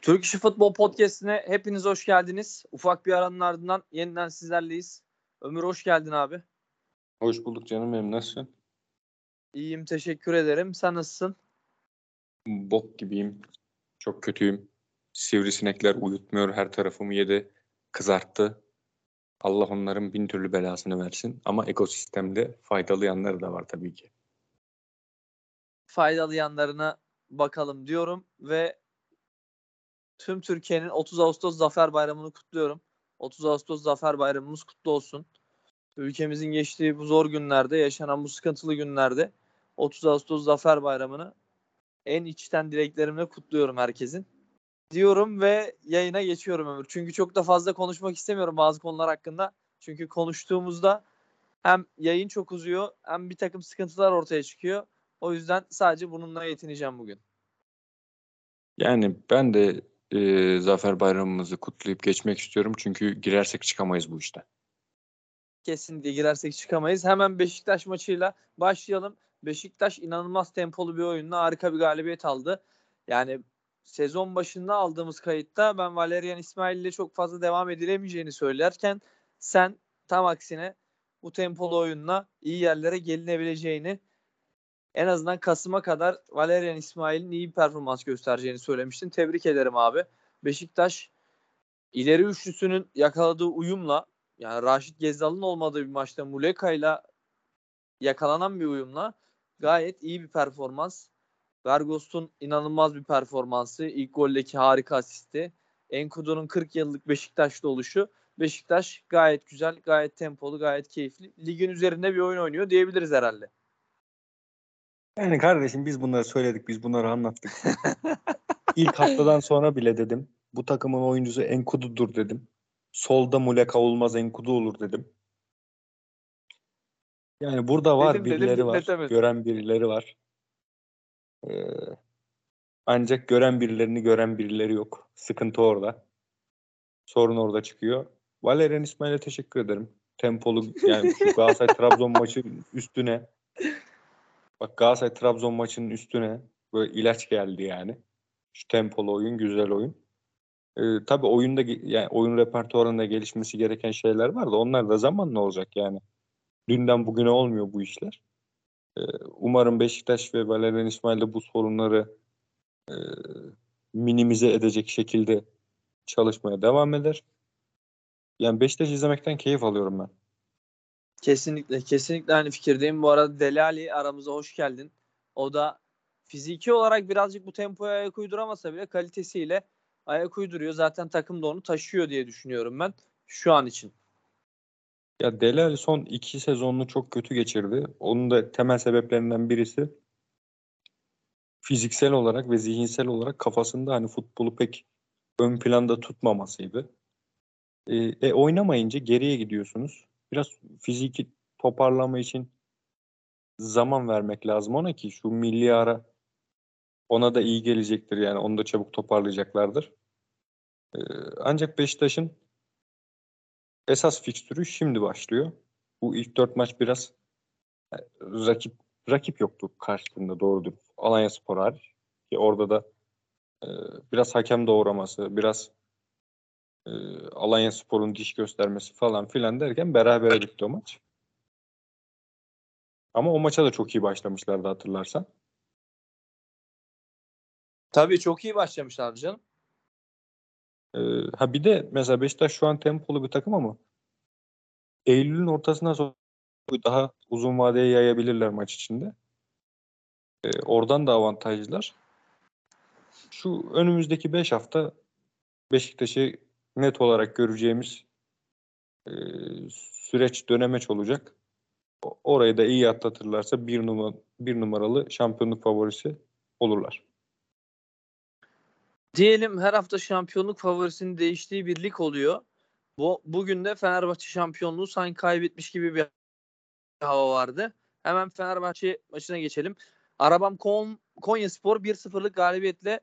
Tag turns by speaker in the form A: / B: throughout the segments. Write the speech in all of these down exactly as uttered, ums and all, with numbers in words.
A: Türk İşi Futbol Podcast'ine hepiniz hoş geldiniz. Ufak bir aranın ardından yeniden sizlerleyiz. Ömür hoş geldin abi.
B: Hoş bulduk canım benim. Nasılsın?
A: İyiyim, teşekkür ederim. Sen nasılsın?
B: Bok gibiyim. Çok kötüyüm. Sivrisinekler uyutmuyor. Her tarafımı yedi. Kızarttı. Allah onların bin türlü belasını versin. Ama ekosistemde faydalı yanları da var tabii ki.
A: Faydalı yanlarına bakalım diyorum ve tüm Türkiye'nin otuz Ağustos Zafer Bayramı'nı kutluyorum. otuz Ağustos Zafer Bayramımız kutlu olsun. Ülkemizin geçtiği bu zor günlerde, yaşanan bu sıkıntılı günlerde otuz Ağustos Zafer Bayramı'nı en içten dileklerimle kutluyorum herkesin. Diyorum ve yayına geçiyorum Ömür. Çünkü çok da fazla konuşmak istemiyorum bazı konular hakkında. Çünkü konuştuğumuzda hem yayın çok uzuyor hem bir takım sıkıntılar ortaya çıkıyor. O yüzden sadece bununla yetineceğim bugün.
B: Yani ben de e, Zafer Bayramımızı kutlayıp geçmek istiyorum. Çünkü girersek çıkamayız bu işten.
A: Kesinlikle girersek çıkamayız. Hemen Beşiktaş maçıyla başlayalım. Beşiktaş inanılmaz tempolu bir oyunla harika bir galibiyet aldı. Yani sezon başında aldığımız kayıtta ben Valerian İsmail ile çok fazla devam edilemeyeceğini söylerken sen tam aksine bu tempolu oyunla iyi yerlere gelinebileceğini, en azından Kasım'a kadar Valerian İsmail'in iyi bir performans göstereceğini söylemiştin. Tebrik ederim abi. Beşiktaş ileri üçlüsünün yakaladığı uyumla, yani Raşit Gezzal'ın olmadığı bir maçta Muleka'yla yakalanan bir uyumla gayet iyi bir performans. Vergos'un inanılmaz bir performansı. İlk goldeki harika asisti. Enkudu'nun kırk yıllık Beşiktaş'ta oluşu. Beşiktaş gayet güzel, gayet tempolu, gayet keyifli. Ligin üzerinde bir oyun oynuyor diyebiliriz herhalde.
B: Yani kardeşim biz bunları söyledik, biz bunları anlattık. İlk haftadan sonra bile dedim. Bu takımın oyuncusu Enkudu'dur dedim. Solda Muleka olmaz, Enkudu olur dedim. Yani burada var,
A: Dedim dedim
B: birileri var.
A: dinletemedim.
B: Gören birileri var. Ee, ancak gören birilerini gören birileri yok. Sıkıntı orada. Sorun orada çıkıyor. Valerian İsmail'e teşekkür ederim. Tempolu, yani şu Galatasaray Trabzon maçı üstüne, bak Galatasaray Trabzon maçının üstüne böyle ilaç geldi yani. Şu tempolu oyun, güzel oyun. Ee, tabii oyunda, yani oyun repertuarında gelişmesi gereken şeyler var da onlar da zamanla olacak yani. Dünden bugüne olmuyor bu işler. Ee, umarım Beşiktaş ve Valerian İsmail de bu sorunları e, minimize edecek şekilde çalışmaya devam eder. Yani Beşiktaş izlemekten keyif alıyorum ben.
A: Kesinlikle, kesinlikle aynı fikirdeyim. Bu arada Delali aramıza hoş geldin. O da fiziki olarak birazcık bu tempoya ayak uyduramasa bile kalitesiyle ayak uyduruyor. Zaten takım da onu taşıyor diye düşünüyorum ben şu an için.
B: Ya Dele Alli son iki sezonunu çok kötü geçirdi. Onun da temel sebeplerinden birisi fiziksel olarak ve zihinsel olarak kafasında hani futbolu pek ön planda tutmamasıydı. E, e, oynamayınca geriye gidiyorsunuz. Biraz fiziki toparlama için zaman vermek lazım ona ki şu milli ara ona da iyi gelecektir, yani onu da çabuk toparlayacaklardır. E, ancak Beşiktaş'ın esas fikstürü şimdi başlıyor. Bu ilk dört maç biraz rakip rakip yoktu karşısında doğru dürüst. Alanyaspor hariç. Ki orada da e, biraz hakem doğraması, biraz e, Alanyaspor'un diş göstermesi falan filan derken berabere bitti o maç. Ama o maça da çok iyi başlamışlardı hatırlarsan.
A: Tabii çok iyi başlamışlar canım.
B: E, ha bir de mesela Beşiktaş şu an tempolu bir takım ama Eylül'ün ortasından sonra daha uzun vadeye yayabilirler maç içinde. E, oradan da avantajlılar. Şu önümüzdeki beş hafta Beşiktaş'ı net olarak göreceğimiz e, süreç dönemeç olacak. O- Orayı da iyi atlatırlarsa bir numara bir numaralı şampiyonluk favorisi olurlar.
A: Diyelim her hafta şampiyonluk favorisinin değiştiği bir lig oluyor. Bu bugün de Fenerbahçe şampiyonluğu sanki kaybetmiş gibi bir hava vardı. Hemen Fenerbahçe maçına geçelim. Arabam Kon Konyaspor bir sıfırlık galibiyetle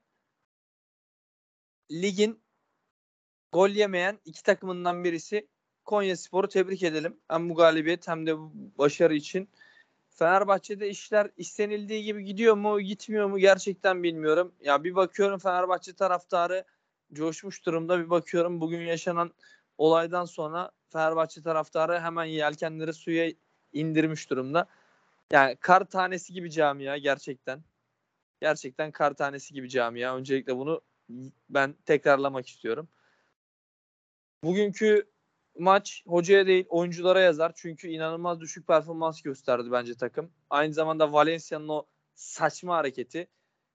A: ligin gol yemeyen iki takımından birisi. Konyaspor'u tebrik edelim. Hem bu galibiyet hem de bu başarı için. Fenerbahçe'de işler istenildiği gibi gidiyor mu, gitmiyor mu gerçekten bilmiyorum. Ya bir bakıyorum Fenerbahçe taraftarı coşmuş durumda. Bir bakıyorum bugün yaşanan olaydan sonra Fenerbahçe taraftarı hemen yelkenleri suya indirmiş durumda. Yani kar tanesi gibi camia gerçekten. Gerçekten kar tanesi gibi camia. Öncelikle bunu ben tekrarlamak istiyorum. Bugünkü maç hocaya değil oyunculara yazar. Çünkü inanılmaz düşük performans gösterdi bence takım. Aynı zamanda Valencia'nın o saçma hareketi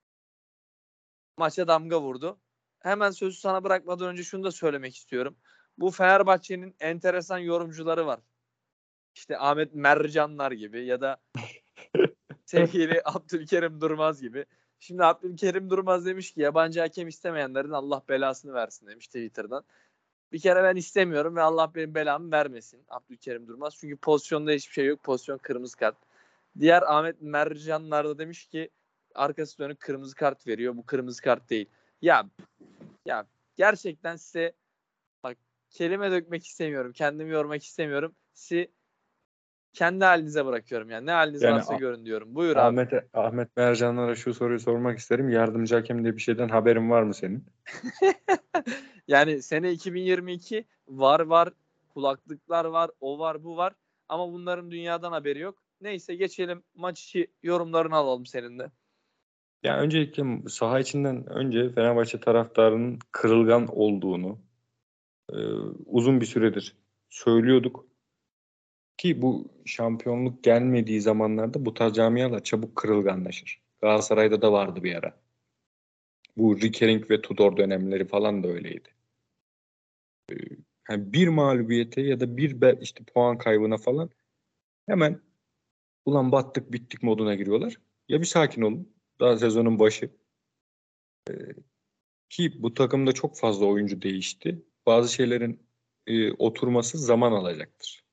A: maça damga vurdu. Hemen sözü sana bırakmadan önce şunu da söylemek istiyorum. Bu Fenerbahçe'nin enteresan yorumcuları var. İşte Ahmet Mercanlar gibi ya da sevgili Abdülkerim Durmaz gibi. Şimdi Abdülkerim Durmaz demiş ki yabancı hakem istemeyenlerin Allah belasını versin demiş Twitter'dan. Bir kere ben istemiyorum ve Allah benim belamı vermesin Abdülkerim Durmaz. Çünkü pozisyonda hiçbir şey yok. Pozisyon kırmızı kart. Diğer Ahmet Mercanlar da demiş ki arkası dönük kırmızı kart veriyor. Bu kırmızı kart değil. Ya ya gerçekten size bak kelime dökmek istemiyorum. Kendimi yormak istemiyorum. Sizi kendi halinize bırakıyorum yani. Ne haliniz
B: Yani
A: varsa görün diyorum. Buyur abi.
B: Ahmet Ahmet Mercanlara şu soruyu sormak isterim. Yardımcı hakem diye bir şeyden haberin var mı senin?
A: Yani sene iki bin yirmi iki var var kulaklıklar var o var bu var ama bunların dünyadan haberi yok. Neyse geçelim maç içi yorumlarını alalım seninle.
B: Yani öncelikle saha içinden önce Fenerbahçe taraftarının kırılgan olduğunu e, uzun bir süredir söylüyorduk ki bu şampiyonluk gelmediği zamanlarda bu tarz camialar çabuk kırılganlaşır. Galatasaray'da da vardı bir ara. Bu Rickering ve Tudor dönemleri falan da öyleydi. E, yani bir mağlubiyete ya da bir be- işte puan kaybına falan hemen ulan battık bittik moduna giriyorlar. Ya bir sakin olun. Daha sezonun başı. Ki bu takımda çok fazla oyuncu değişti. Bazı şeylerin e, oturması zaman alacaktır.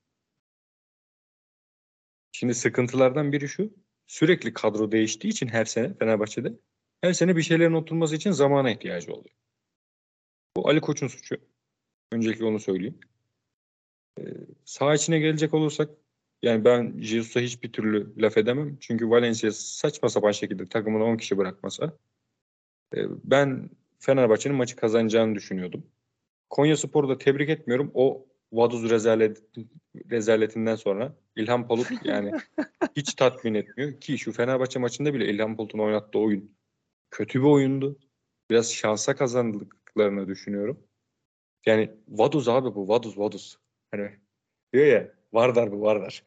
B: Şimdi sıkıntılardan biri şu. Sürekli kadro değiştiği için her sene Fenerbahçe'de her sene bir şeylerin oturması için zamana ihtiyacı oluyor. Bu Ali Koç'un suçu. Öncelikle onu söyleyeyim. E, Saha içine gelecek olursak yani ben Jesus'a hiçbir türlü laf edemem. Çünkü Valencia saçma sapan şekilde takımını on kişi bırakmasa e, ben Fenerbahçe'nin maçı kazanacağını düşünüyordum. Konyaspor'u da tebrik etmiyorum. O Vaduz rezalet, rezaletinden sonra İlhan Palut yani hiç tatmin etmiyor. Ki şu Fenerbahçe maçında bile İlhan Palut'un oynattığı oyun kötü bir oyundu. Biraz şansa kazandıklarını düşünüyorum. Yani Vaduz abi bu Vaduz Vaduz. Hani diyor ya Vardar bu Vardar.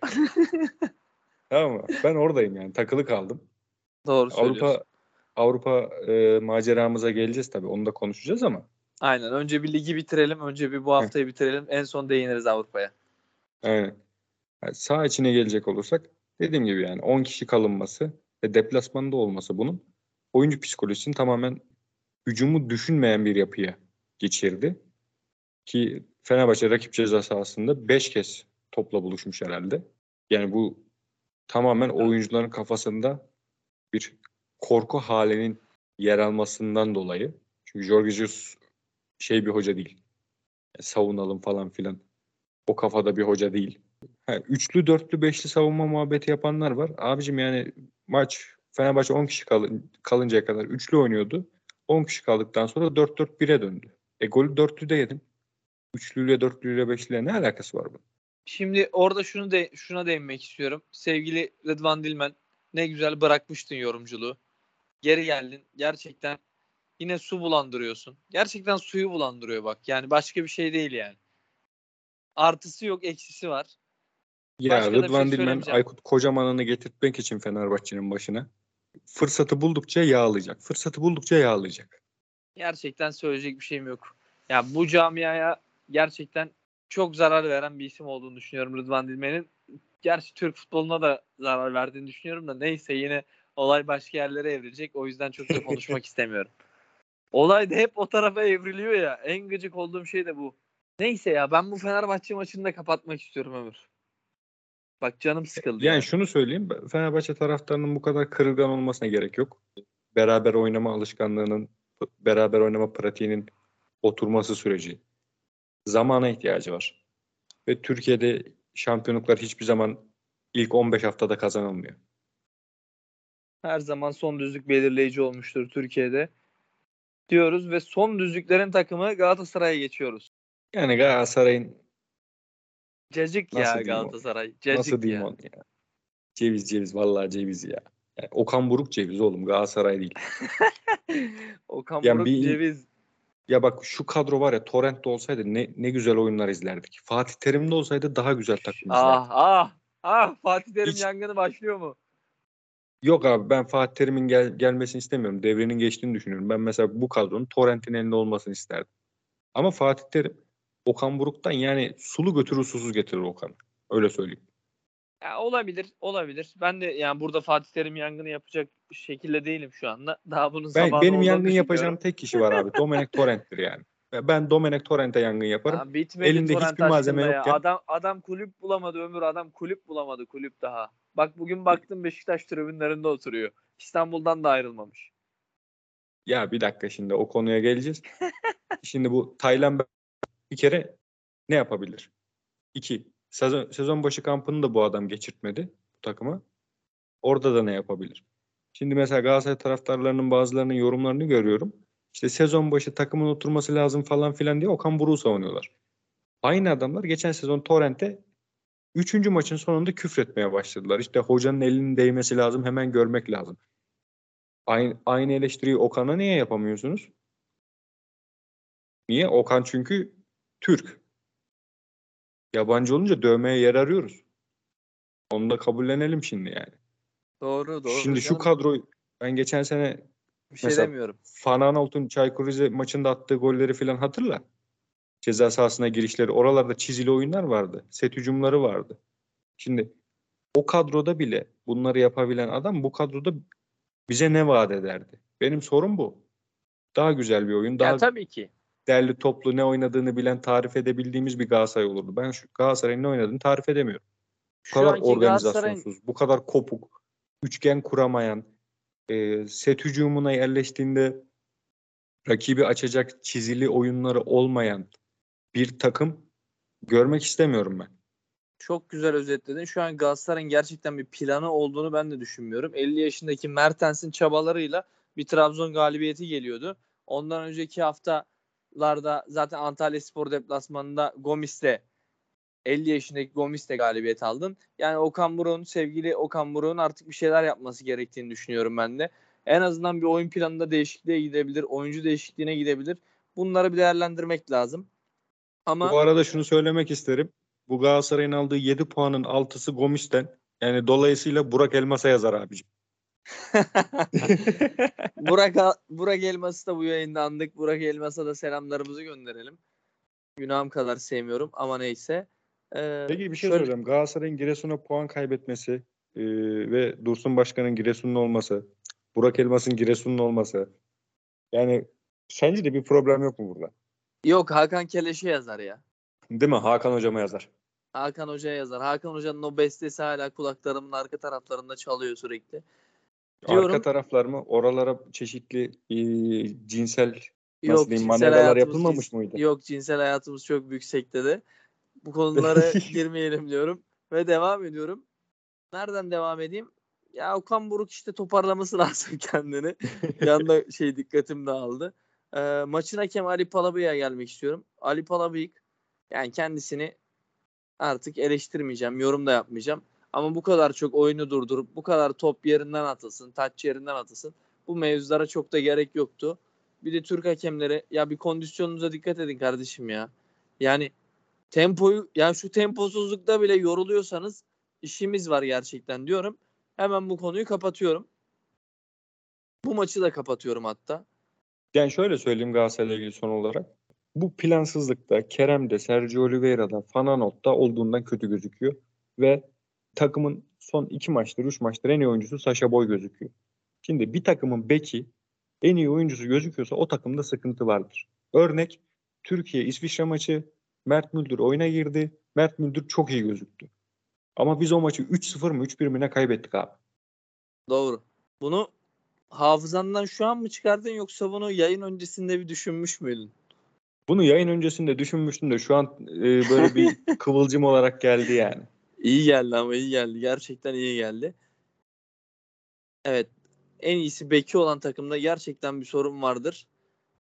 B: Tamam mı? Ben oradayım yani takılı kaldım.
A: Doğru
B: Avrupa
A: söylüyorsun.
B: Avrupa e, maceramıza geleceğiz tabii. Onu da konuşacağız ama.
A: Aynen önce bir ligi bitirelim. Önce bir bu
B: Heh,
A: haftayı bitirelim. En son değiniriz Avrupa'ya.
B: aynen. Yani sağ içine gelecek olursak dediğim gibi yani on kişi kalınması ve deplasmanda olması bunun oyuncu psikolojisini tamamen hücumu düşünmeyen bir yapıya geçirdi. Ki Fenerbahçe rakip ceza sahasında beş kez topla buluşmuş herhalde. Yani bu tamamen oyuncuların kafasında bir korku halinin yer almasından dolayı. Çünkü Jorge Jesus şey bir hoca değil. Yani savunalım falan filan. O kafada bir hoca değil. Ha, üçlü, dörtlü, beşli savunma muhabbeti yapanlar var. Abicim yani maç Fenerbahçe on kişi kalın, kalıncaya kadar üçlü oynuyordu. on kişi kaldıktan sonra dört dört bire döndü. E golü dörtlü de yedin. Üçlüyle, dörtlüyle, beşliyle ne alakası var bunun?
A: Şimdi orada şunu de şuna değinmek istiyorum. Sevgili Rıdvan Dilmen ne güzel bırakmıştın yorumculuğu. Geri geldin. Gerçekten yine su bulandırıyorsun. Gerçekten suyu bulandırıyor bak. Yani başka bir şey değil yani. Artısı yok, eksisi var.
B: Ya
A: Başka da bir şey
B: Rıdvan Dilmen,
A: söylemeyeceğim.
B: Aykut Kocaman'ını getirtmek için Fenerbahçe'nin başına fırsatı buldukça yağlayacak. Fırsatı buldukça yağlayacak.
A: Gerçekten söyleyecek bir şeyim yok. Ya bu camiaya gerçekten çok zarar veren bir isim olduğunu düşünüyorum Rıdvan Dilmen'in. Gerçi Türk futboluna da zarar verdiğini düşünüyorum da neyse yine olay başka yerlere evrilecek. O yüzden çok da konuşmak istemiyorum. Olay da hep o tarafa evriliyor ya. En gıcık olduğum şey de bu. Neyse ya ben bu Fenerbahçe maçını da kapatmak istiyorum Ömür. Bak canım sıkıldı
B: Yani
A: yani.
B: şunu söyleyeyim, Fenerbahçe taraftarının bu kadar kırılgan olmasına gerek yok. Beraber oynama alışkanlığının, beraber oynama pratiğinin oturması süreci zamana ihtiyacı var. Ve Türkiye'de şampiyonluklar hiçbir zaman ilk on beş haftada kazanılmıyor.
A: Her zaman son düzlük belirleyici olmuştur Türkiye'de. diyoruz ve son düzlüklerin takımı Galatasaray'a geçiyoruz.
B: Yani Galatasaray'ın
A: Cacık
B: nasıl
A: ya
B: diyeyim onu?
A: Galatasaray.
B: Nasıl
A: Cacık
B: diyeyim
A: ya.
B: onu ya? Ceviz ceviz vallahi ceviz ya. Yani Okan Buruk ceviz oğlum, Galatasaray değil.
A: Okan
B: Yani
A: Buruk
B: bir
A: ceviz.
B: ya bak şu kadro var ya, Torrent'te olsaydı ne ne güzel oyunlar izlerdik. Fatih Terim'de olsaydı daha güzel takım
A: Ah
B: izlerdik.
A: ah ah Fatih Terim
B: Hiç
A: yangını başlıyor mu?
B: yok abi, ben Fatih Terim'in gel, gelmesini istemiyorum. Devrenin geçtiğini düşünüyorum. Ben mesela bu kadronun Torrent'in elinde olmasını isterdim. Ama Fatih Terim Okan Buruk'tan yani sulu götürür susuz getirir Okan'ı. Öyle söyleyeyim.
A: Ya olabilir, olabilir. Ben de yani burada Fatih Terim yangını yapacak şekilde değilim şu anda. Daha bunun
B: Ben
A: zamanı
B: benim
A: olduğunu
B: yangın
A: düşünüyorum.
B: yapacağım tek kişi var abi. Domenech Torrent'tir yani. Ben Domenech Torrent'e yangın yaparım.
A: Aa, bitmedi
B: Elinde
A: Torrent
B: hiçbir malzeme
A: aşkında ya.
B: yokken
A: Adam adam kulüp bulamadı Ömür. Adam kulüp bulamadı kulüp daha. Bak bugün baktım Beşiktaş tribünlerinde oturuyor. İstanbul'dan da ayrılmamış.
B: ya bir dakika, şimdi o konuya geleceğiz. Şimdi bu Taylan bir kere ne yapabilir? İki, sezon, sezon başı kampını da bu adam geçirtmedi bu takıma. Orada da ne yapabilir? Şimdi mesela Galatasaray taraftarlarının bazılarının yorumlarını görüyorum. İşte sezon başı takımın oturması lazım falan filan diye Okan Buruk'u savunuyorlar. Aynı adamlar geçen sezon Torrent'te üçüncü maçın sonunda küfretmeye başladılar. İşte hocanın elinin değmesi lazım, hemen görmek lazım. Aynı, aynı eleştiriyi Okan'a niye yapamıyorsunuz? Niye? Okan çünkü Türk. Yabancı olunca dövmeye yer arıyoruz. Onu da kabullenelim şimdi yani.
A: Doğru doğru
B: Şimdi şu
A: canım.
B: kadroyu ben geçen sene
A: Bir şey
B: mesela
A: demiyorum.
B: Fanan Altun Çaykur Rize maçında attığı golleri falan hatırla. Ceza sahasına girişleri. Oralarda çizili oyunlar vardı. Set hücumları vardı. Şimdi o kadroda bile bunları yapabilen adam bu kadroda bize ne vaat ederdi? Benim sorum bu. Daha güzel bir oyun,
A: Ya
B: daha
A: tabii ki.
B: derli toplu, ne oynadığını bilen, tarif edebildiğimiz bir Galatasaray olurdu. Ben şu Galatasaray'ın ne oynadığını tarif edemiyorum. Bu
A: Şu
B: kadar
A: anki Galatasaray'ın
B: organizasyonsuz, bu kadar kopuk, üçgen kuramayan, e, set hücumuna yerleştiğinde rakibi açacak çizili oyunları olmayan bir takım görmek istemiyorum ben.
A: çok güzel özetledin. Şu an Galatasaray'ın gerçekten bir planı olduğunu ben de düşünmüyorum. elli yaşındaki Mertens'in çabalarıyla bir Trabzon galibiyeti geliyordu. Ondan önceki haftalarda zaten Antalyaspor deplasmanında Gomis'le elli yaşındaki Gomis'le galibiyet aldın. Yani Okan Buruk'un, sevgili Okan Buruk'un artık bir şeyler yapması gerektiğini düşünüyorum ben de. En azından bir oyun planında değişikliğe gidebilir, oyuncu değişikliğine gidebilir. Bunları bir değerlendirmek lazım. Ama
B: Bu arada şunu söylemek isterim. Bu Galatasaray'ın aldığı yedi puanın altısı Gomis'ten. Yani dolayısıyla Burak Elmas'a yazar abicim.
A: Burak, Burak Elmas'ı da bu yayında andık. Burak Elmas'a da selamlarımızı gönderelim. Günahım kadar sevmiyorum ama neyse. Ee,
B: Peki bir şey
A: şöyle
B: soracağım. Galatasaray'ın Giresun'a puan kaybetmesi e, ve Dursun Başkan'ın Giresun'un olması, Burak Elmas'ın Giresun'un olması. Yani sence de bir problem yok mu burada?
A: yok Hakan Keleş'e yazar ya.
B: Değil mi? Hakan hocama yazar.
A: Hakan Hoca'ya yazar. Hakan Hoca'nın o bestesi hala kulaklarımın arka taraflarında çalıyor sürekli.
B: Arka
A: Diyorum
B: taraflar mı? Oralara çeşitli e, cinsel, nasıl
A: yok
B: diyeyim,
A: cinsel
B: manevralar
A: hayatımız
B: yapılmamış
A: cins,
B: mıydı?
A: yok cinsel hayatımız çok büyük sektede. Bu konulara girmeyelim diyorum ve devam ediyorum. Nereden devam edeyim? Ya Okan Buruk işte toparlaması lazım kendini. Bir anda şey dikkatim dağıldı. Ee, maçın hakemi Ali Palabıyık'a gelmek istiyorum. Ali Palabıyık yani kendisini artık eleştirmeyeceğim, yorum da yapmayacağım. Ama bu kadar çok oyunu durdurup bu kadar top yerinden atılsın, taç yerinden atılsın. Bu mevzulara çok da gerek yoktu. Bir de Türk hakemleri ya bir kondisyonunuza dikkat edin kardeşim ya. Yani tempoyu ya şu temposuzlukta bile yoruluyorsanız işimiz var gerçekten diyorum. Hemen bu konuyu kapatıyorum. Bu maçı da kapatıyorum hatta.
B: Yani şöyle söyleyeyim Galatasaray'la ilgili son olarak. Bu plansızlıkta Kerem'de, Sergio Oliveira'da, Fananot'ta olduğundan kötü gözüküyor. Ve takımın son iki maçtır, üç maçtır en iyi oyuncusu Sacha Boey gözüküyor. Şimdi bir takımın beki en iyi oyuncusu gözüküyorsa o takımda sıkıntı vardır. Örnek Türkiye-İsviçre maçı, Mert Müldür oyuna girdi. Mert Müldür çok iyi gözüktü. Ama biz o maçı üç sıfır mı üç bir mi ne kaybettik abi.
A: Doğru. Bunu hafızandan şu an mı çıkardın yoksa bunu yayın öncesinde bir düşünmüş müydün?
B: Bunu yayın öncesinde düşünmüştüm de şu an e, böyle bir kıvılcım olarak geldi yani.
A: İyi geldi ama iyi geldi. Gerçekten iyi geldi. Evet. En iyisi beki olan takımda gerçekten bir sorun vardır.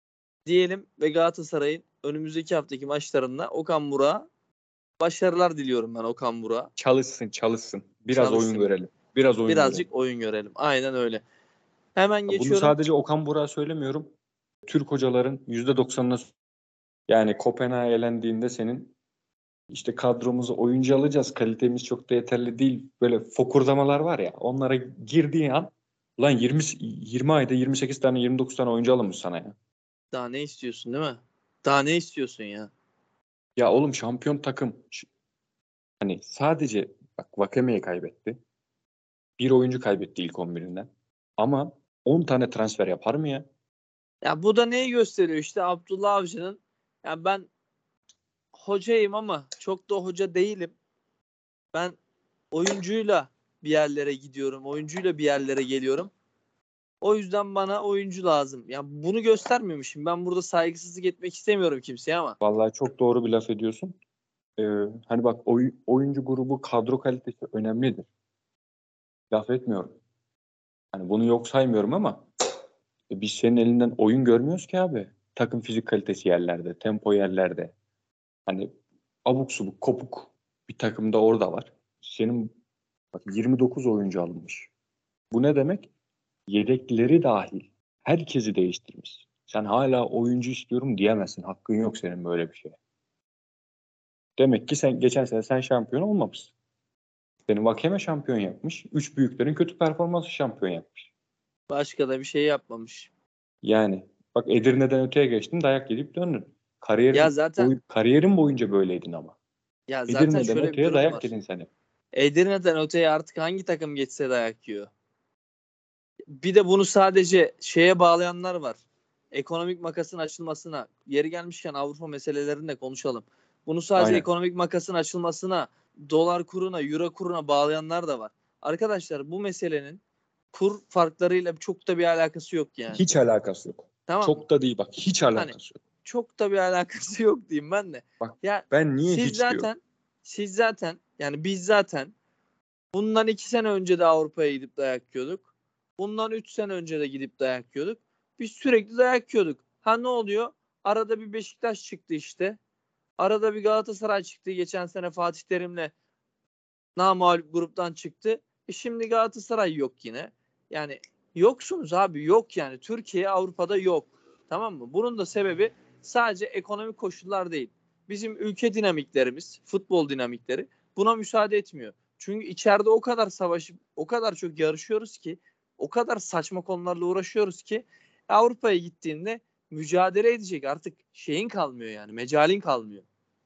A: diyelim ve Galatasaray'ın önümüzdeki haftaki maçlarında Okan Burak'a başarılar diliyorum ben Okan Burak'a.
B: Çalışsın çalışsın. Biraz oyun
A: Çalışsın.
B: görelim. Biraz oyun
A: Birazcık
B: görelim.
A: oyun görelim. Aynen öyle. Hemen
B: Bunu
A: geçiyorum.
B: sadece Okan Burak'a söylemiyorum. Türk hocaların yüzde doksanına, yani Kopenhag'a elendiğinde senin işte kadromuzu oyuncu alacağız, kalitemiz çok da yeterli değil, böyle fokurdamalar var ya, onlara girdiğin an lan yirmi yirmi ayda yirmi sekiz tane yirmi dokuz tane oyuncu alınmış sana ya.
A: Daha ne istiyorsun değil mi? Daha ne istiyorsun ya?
B: Ya oğlum şampiyon takım ş- hani sadece bak Vakeme'yi kaybetti. Bir oyuncu kaybetti ilk on birinden. Ama on tane transfer yapar mı ya?
A: Ya bu da neyi gösteriyor işte Abdullah Avcı'nın, ya ben hocayım ama çok da hoca değilim. Ben oyuncuyla bir yerlere gidiyorum. Oyuncuyla bir yerlere geliyorum. O yüzden bana oyuncu lazım. Ya bunu göstermiyormuşum. Ben burada saygısızlık etmek istemiyorum kimseye ama.
B: Vallahi çok doğru bir laf ediyorsun. Ee, hani bak oy- oyuncu grubu, kadro kalitesi önemlidir. Laf etmiyorum. Hani bunu yok saymıyorum ama e, biz senin elinden oyun görmüyoruz ki abi. Takım fizik kalitesi yerlerde, tempo yerlerde. Hani abuk subuk, kopuk bir takım da orada var. Senin bak yirmi dokuz oyuncu alınmış. Bu ne demek? Yedekleri dahil. Herkesi değiştirmiş. Sen hala oyuncu istiyorum diyemezsin. Hakkın yok senin böyle bir şeye. Demek ki sen geçen sene sen şampiyon olmamışsın. Senin Vakeme şampiyon yapmış. Üç büyüklerin kötü performansı şampiyon yapmış.
A: Başka da bir şey yapmamış.
B: Yani bak Edirne'den öteye geçtin, dayak yedip döndün.
A: Ya
B: Kariyerin
A: zaten
B: boy, kariyerin boyunca böyleydin ama.
A: ya zaten
B: Edirne'den
A: şöyle bir
B: öteye
A: durum
B: dayak
A: var.
B: yedin sen hep.
A: Edirne'den öteye artık hangi takım geçse dayak yiyor. Bir de bunu sadece şeye bağlayanlar var. Ekonomik makasın açılmasına, yeri gelmişken Avrupa meselelerini de konuşalım. Bunu sadece
B: Aynen.
A: ekonomik makasın açılmasına, dolar kuruna, euro kuruna bağlayanlar da var. Arkadaşlar bu meselenin kur farklarıyla çok da bir alakası yok yani.
B: Hiç alakası yok.
A: Tamam mı?
B: Çok da değil bak. Hiç
A: Hani
B: alakası yok.
A: çok da bir alakası yok diyeyim ben de.
B: Bak
A: Ya
B: ben niye
A: siz
B: hiç diyorum.
A: zaten siz zaten yani biz zaten bundan iki sene önce de Avrupa'ya gidip dayak yiyorduk. Bundan üç sene önce de gidip dayak yiyorduk. Biz sürekli dayak yiyorduk. Ha ne oluyor? Arada bir Beşiktaş çıktı işte. Arada bir Galatasaray çıktı. Geçen sene Fatih Terim'le namağlup gruptan çıktı. E şimdi Galatasaray yok yine. Yani yoksunuz abi, yok yani. Türkiye Avrupa'da yok. Tamam mı? Bunun da sebebi sadece ekonomik koşullar değil. Bizim ülke dinamiklerimiz, futbol dinamikleri buna müsaade etmiyor. Çünkü içeride o kadar savaşıp o kadar çok yarışıyoruz ki, o kadar saçma konularla uğraşıyoruz ki Avrupa'ya gittiğinde mücadele edecek artık şeyin kalmıyor yani. Mecalin kalmıyor.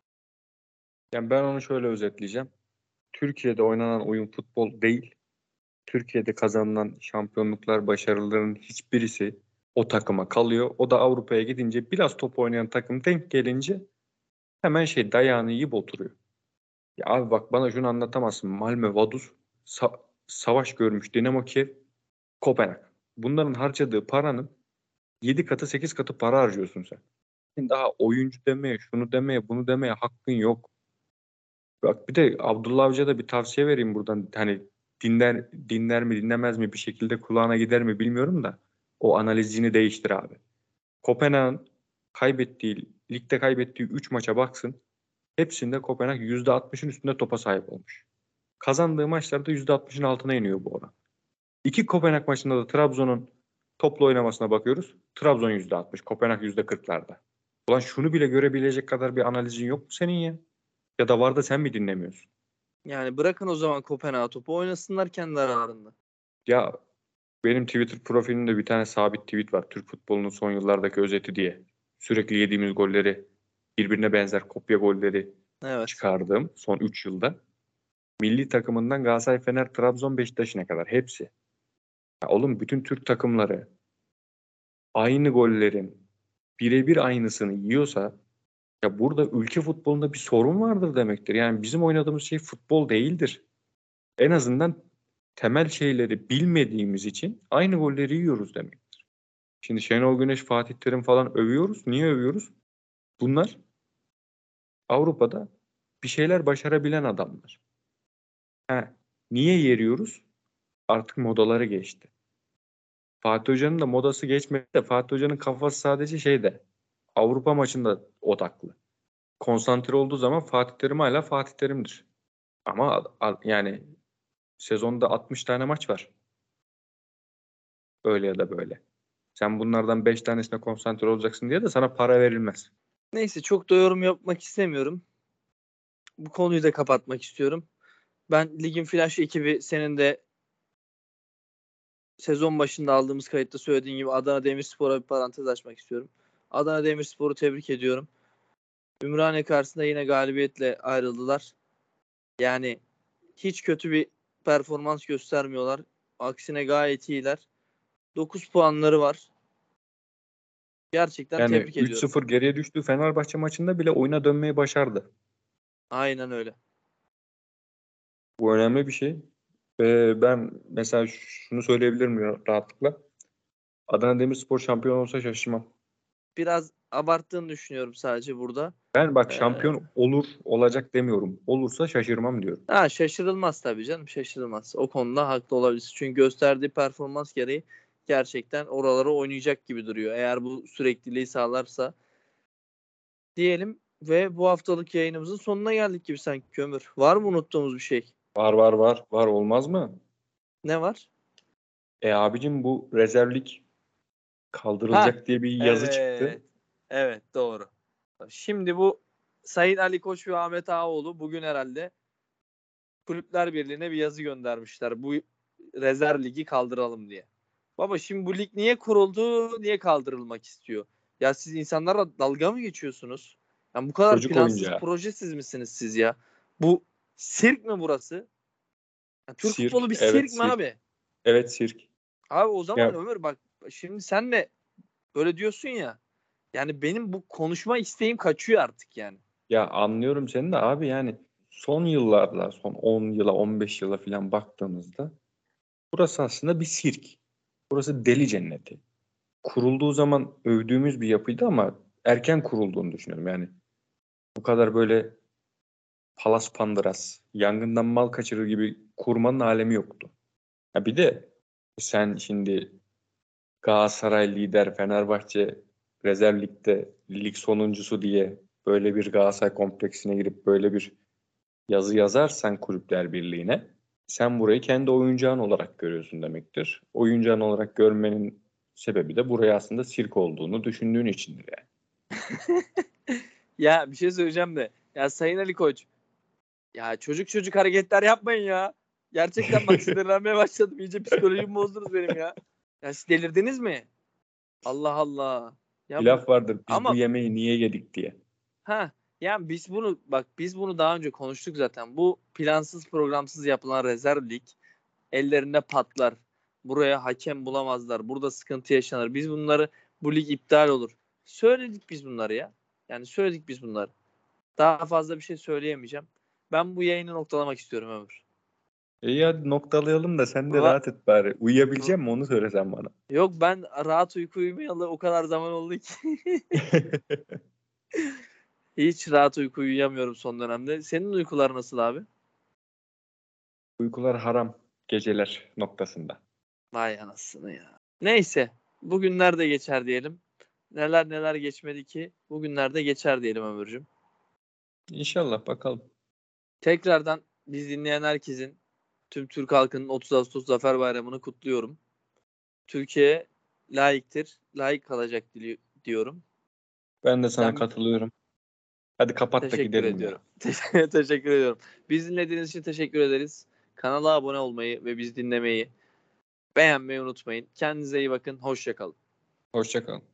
B: Yani ben onu şöyle özetleyeceğim. Türkiye'de oynanan oyun futbol değil. Türkiye'de kazanılan şampiyonluklar, başarıların hiçbirisi o takıma kalıyor. O da Avrupa'ya gidince biraz top oynayan takım denk gelince hemen şey dayağını yiyip oturuyor. Ya abi bak bana şunu anlatamazsın. Malmö, Vaduz, sa- savaş görmüş Dinamo Kiev, Kopenhag. Bunların harcadığı paranın yedi katı sekiz katı para harcıyorsun sen. Senin daha oyuncu demeye, şunu demeye, bunu demeye hakkın yok. Bak bir de Abdullah Avcı'ya da bir tavsiye vereyim buradan. Hani dinler dinler mi dinlemez mi bir şekilde kulağına gider mi bilmiyorum da o analizini değiştir abi. Kopenhag'ın kaybettiği, ligde kaybettiği üç maça baksın. Hepsinde Kopenhag yüzde altmışın üstünde topa sahip olmuş. Kazandığı maçlarda yüzde altmışın altına iniyor bu oran. İki Kopenhag maçında da Trabzon'un toplu oynamasına bakıyoruz. Trabzon yüzde altmış, Kopenhag yüzde kırklarda. Ulan şunu bile görebilecek kadar bir analizin yok mu senin ya? Ya da var da sen mi dinlemiyorsun?
A: Yani bırakın o zaman Kopenhag topu oynasınlar kendi aralarında.
B: Ya benim Twitter profilimde bir tane sabit tweet var. Türk futbolunun son yıllardaki özeti diye. Sürekli yediğimiz golleri, birbirine benzer kopya golleri
A: Evet.
B: çıkardığım son üç yılda. Milli takımından Galatasaray, Fener, Trabzon, Beşiktaş'ına kadar hepsi. Ya oğlum bütün Türk takımları aynı gollerin birebir aynısını yiyorsa ya burada ülke futbolunda bir sorun vardır demektir. Yani bizim oynadığımız şey futbol değildir. En azından temel şeyleri bilmediğimiz için aynı golleri yiyoruz demektir. Şimdi Şenol Güneş, Fatih Terim falan övüyoruz. Niye övüyoruz? Bunlar Avrupa'da bir şeyler başarabilen adamlar. Ha, niye yeriyoruz? Artık modaları geçti. Fatih Hoca'nın da modası geçmedi de Fatih Hoca'nın kafası sadece şeyde. Avrupa maçında odaklı. Konsantre olduğu zaman Fatih Terim hala Fatih Terim'dir. Ama a- a- yani sezonda altmış tane maç var. Öyle ya da böyle. Sen bunlardan beş tanesine konsantre olacaksın diye de sana para verilmez.
A: Neyse çok da yorum yapmak istemiyorum. Bu konuyu da kapatmak istiyorum. Ben ligin flash ekibi senin de sezon başında aldığımız kayıtta söylediğin gibi Adana Demirspor'a bir parantez açmak istiyorum. Adana Demirspor'u tebrik ediyorum. Ümraniye karşısında yine galibiyetle ayrıldılar. Yani hiç kötü bir performans göstermiyorlar. Aksine gayet iyiler. dokuz puanları var. Gerçekten
B: Yani
A: tebrik
B: üç
A: ediyorum.
B: sıfır geriye düştüğü Fenerbahçe maçında bile oyuna dönmeyi başardı.
A: Aynen öyle.
B: Bu önemli bir şey. Ee, ben mesela şunu söyleyebilirim rahatlıkla. Adana Demirspor şampiyon olsa şaşırmam.
A: Biraz abarttığını düşünüyorum sadece burada.
B: Ben bak
A: Ee,
B: şampiyon olur olacak demiyorum. Olursa şaşırmam diyorum.
A: ha, şaşırılmaz tabii canım. Şaşırılmaz. O konuda haklı olabilir. Çünkü gösterdiği performans gereği gerçekten oralara oynayacak gibi duruyor. Eğer bu sürekliliği sağlarsa diyelim ve bu haftalık yayınımızın sonuna geldik gibi sanki Kömür. Var mı unuttuğumuz bir şey?
B: Var var var. Var olmaz mı?
A: Ne var?
B: E abicim bu rezervlik
A: Ha,
B: kaldırılacak diye bir yazı çıktı.
A: evet. Evet, doğru. Şimdi bu Sayın Ali Koç ve Ahmet Ağaoğlu bugün herhalde Kulüpler Birliği'ne bir yazı göndermişler. Bu rezerv ligi kaldıralım diye. Baba şimdi bu lig niye kuruldu? Niye kaldırılmak istiyor? Ya siz insanlara dalga mı geçiyorsunuz? Yani bu kadar
B: Çocuk
A: plansız
B: oyuncağı.
A: projesiz misiniz siz ya? Bu sirk mi burası? Ya Türk
B: Sirk.
A: futbolu bir
B: Evet
A: sirk mi
B: sirk.
A: abi?
B: Evet sirk.
A: Abi o zaman
B: Ya
A: Ömür bak şimdi sen de öyle diyorsun ya. Yani benim bu konuşma isteğim kaçıyor artık yani.
B: ya anlıyorum seni de abi yani son yıllarda son on yıla on beş yıla falan baktığımızda burası aslında bir sirk. Burası deli cenneti. Kurulduğu zaman övdüğümüz bir yapıydı ama erken kurulduğunu düşünüyorum. Yani bu kadar böyle palas pandıras, yangından mal kaçırır gibi kurmanın alemi yoktu. Ha bir de sen şimdi Galatasaray lider, Fenerbahçe rezerv ligde lig sonuncusu diye böyle bir Galatasaray kompleksine girip böyle bir yazı yazarsan Kulüpler Birliği'ne sen burayı kendi oyuncağın olarak görüyorsun demektir. Oyuncağın olarak görmenin sebebi de buraya aslında sirk olduğunu düşündüğün içindir yani.
A: Ya bir şey söyleyeceğim de. Ya Sayın Ali Koç. Ya çocuk çocuk hareketler yapmayın ya. Gerçekten bak sinirlenmeye başladım. İyice psikolojimi bozdunuz benim ya. Ya siz delirdiniz mi? Allah Allah.
B: Bir
A: Ya bu
B: laf vardır biz bu
A: ama
B: yemeği niye yedik diye.
A: ha yani biz bunu bak biz bunu daha önce konuştuk zaten. Bu plansız programsız yapılan rezerv lig ellerinde patlar. Buraya hakem bulamazlar. Burada sıkıntı yaşanır. Biz bunları bu lig iptal olur. Söyledik biz bunları ya. Yani söyledik biz bunları. Daha fazla bir şey söyleyemeyeceğim. Ben bu yayını noktalamak istiyorum Ömür.
B: İyi hadi noktalayalım da sen de
A: Va-
B: rahat et bari. Uyuyabileceğim mi onu söylesen bana.
A: Yok ben rahat uyku uyumayalı o kadar zaman oldu ki. Hiç rahat uyku uyuyamıyorum son dönemde. Senin uykular nasıl abi?
B: Uykular haram geceler noktasında.
A: Vay anasını ya. Neyse. Bugünler de geçer diyelim. Neler neler geçmedi ki. Bugünlerde geçer diyelim Ömürcüm.
B: İnşallah bakalım.
A: Tekrardan biz dinleyen herkesin tüm Türk halkının otuz Ağustos Zafer Bayramı'nı kutluyorum. Türkiye layıktır. Layık kalacak dili- diyorum.
B: Ben de sana
A: Sen
B: katılıyorum. Hadi kapat da
A: teşekkür
B: gidelim
A: ediyorum.
B: ya.
A: Teşekkür ediyorum. Biz dinlediğiniz için teşekkür ederiz. Kanala abone olmayı ve bizi dinlemeyi, beğenmeyi unutmayın. Kendinize iyi bakın. Hoşça kalın.
B: Hoşça kal.